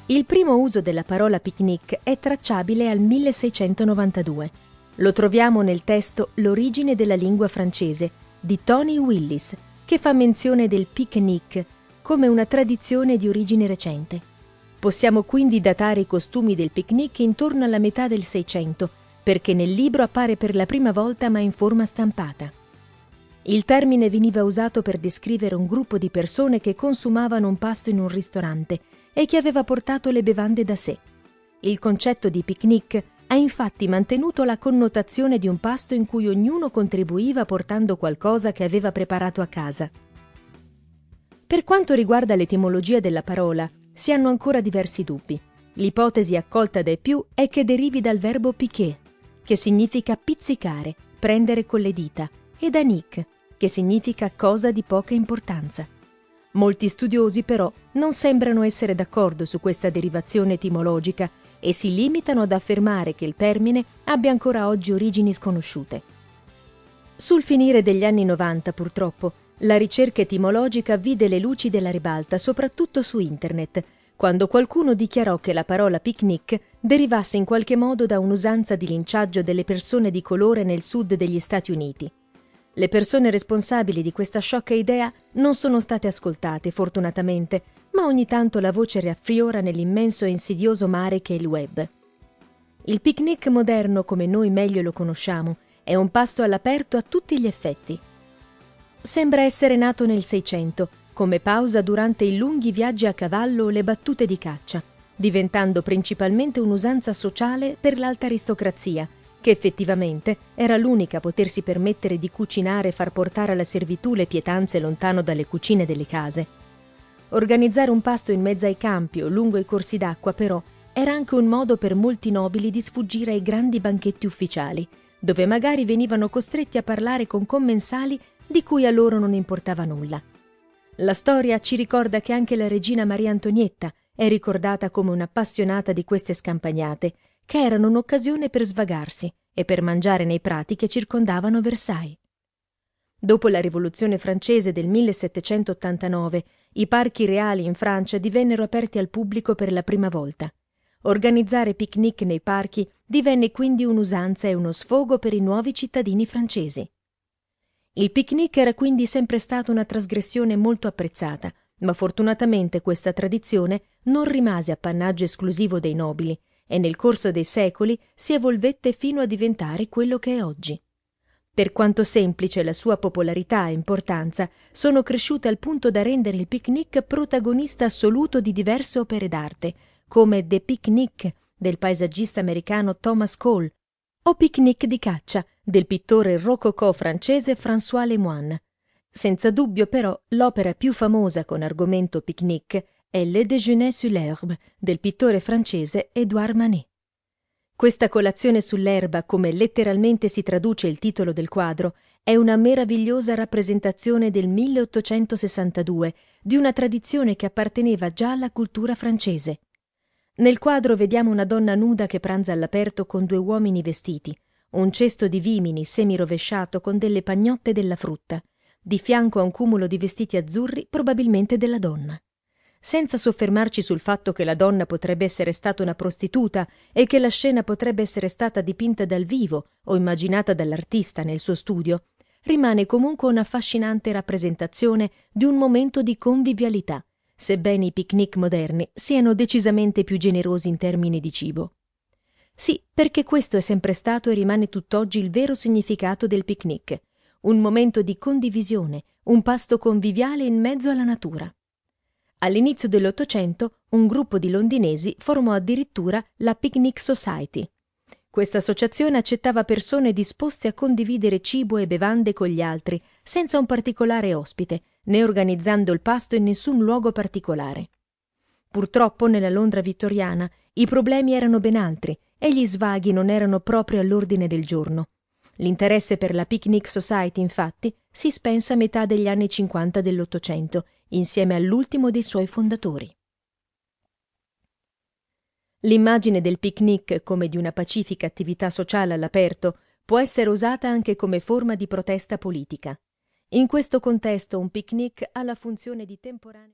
Il primo uso della parola picnic è tracciabile al 1692. Lo troviamo nel testo L'origine della lingua francese di Tony Willis, che fa menzione del pique-nique come una tradizione di origine recente. Possiamo quindi datare i costumi del picnic intorno alla metà del Seicento, perché nel libro appare per la prima volta ma in forma stampata. Il termine veniva usato per descrivere un gruppo di persone che consumavano un pasto in un ristorante e che aveva portato le bevande da sé. Il concetto di picnic ha infatti mantenuto la connotazione di un pasto in cui ognuno contribuiva portando qualcosa che aveva preparato a casa. Per quanto riguarda l'etimologia della parola, si hanno ancora diversi dubbi. L'ipotesi accolta dai più è che derivi dal verbo piquer, che significa pizzicare, prendere con le dita, e da nique, che significa cosa di poca importanza. Molti studiosi però non sembrano essere d'accordo su questa derivazione etimologica e si limitano ad affermare che il termine abbia ancora oggi origini sconosciute. Sul finire degli anni 90, purtroppo, la ricerca etimologica vide le luci della ribalta soprattutto su internet, quando qualcuno dichiarò che la parola picnic derivasse in qualche modo da un'usanza di linciaggio delle persone di colore nel sud degli Stati Uniti. Le persone responsabili di questa sciocca idea non sono state ascoltate, fortunatamente, ma ogni tanto la voce riaffiora nell'immenso e insidioso mare che è il web. Il picnic moderno, come noi meglio lo conosciamo, è un pasto all'aperto a tutti gli effetti. Sembra essere nato nel Seicento, come pausa durante i lunghi viaggi a cavallo o le battute di caccia, diventando principalmente un'usanza sociale per l'alta aristocrazia, che effettivamente era l'unica a potersi permettere di cucinare e far portare alla servitù le pietanze lontano dalle cucine delle case. Organizzare un pasto in mezzo ai campi o lungo i corsi d'acqua, però, era anche un modo per molti nobili di sfuggire ai grandi banchetti ufficiali, dove magari venivano costretti a parlare con commensali di cui a loro non importava nulla. La storia ci ricorda che anche la regina Maria Antonietta è ricordata come un'appassionata di queste scampagnate, che erano un'occasione per svagarsi e per mangiare nei prati che circondavano Versailles. Dopo la Rivoluzione francese del 1789, i parchi reali in Francia divennero aperti al pubblico per la prima volta. Organizzare picnic nei parchi divenne quindi un'usanza e uno sfogo per i nuovi cittadini francesi. Il picnic era quindi sempre stata una trasgressione molto apprezzata, ma fortunatamente questa tradizione non rimase appannaggio esclusivo dei nobili e nel corso dei secoli si evolvette fino a diventare quello che è oggi. Per quanto semplice la sua popolarità e importanza, sono cresciute al punto da rendere il picnic protagonista assoluto di diverse opere d'arte, come The Picnic del paesaggista americano Thomas Cole o Picnic di caccia del pittore rococò francese François Lemoine. Senza dubbio però l'opera più famosa con argomento picnic è Le Déjeuner sur l'herbe del pittore francese Édouard Manet. Questa colazione sull'erba, come letteralmente si traduce il titolo del quadro, è una meravigliosa rappresentazione del 1862 di una tradizione che apparteneva già alla cultura francese. Nel quadro vediamo una donna nuda che pranza all'aperto con due uomini vestiti, un cesto di vimini semirovesciato con delle pagnotte della frutta, di fianco a un cumulo di vestiti azzurri probabilmente della donna. Senza soffermarci sul fatto che la donna potrebbe essere stata una prostituta e che la scena potrebbe essere stata dipinta dal vivo o immaginata dall'artista nel suo studio, rimane comunque un'affascinante rappresentazione di un momento di convivialità, sebbene i picnic moderni siano decisamente più generosi in termini di cibo. Sì, perché questo è sempre stato e rimane tutt'oggi il vero significato del picnic, un momento di condivisione, un pasto conviviale in mezzo alla natura. All'inizio dell'Ottocento un gruppo di londinesi formò addirittura la Picnic Society. Questa associazione accettava persone disposte a condividere cibo e bevande con gli altri, senza un particolare ospite, né organizzando il pasto in nessun luogo particolare. Purtroppo nella Londra vittoriana i problemi erano ben altri e gli svaghi non erano proprio all'ordine del giorno. L'interesse per la Picnic Society, infatti, si spense a metà degli anni 50 dell'Ottocento, insieme all'ultimo dei suoi fondatori. L'immagine del picnic come di una pacifica attività sociale all'aperto può essere usata anche come forma di protesta politica. In questo contesto un picnic ha la funzione di temporanea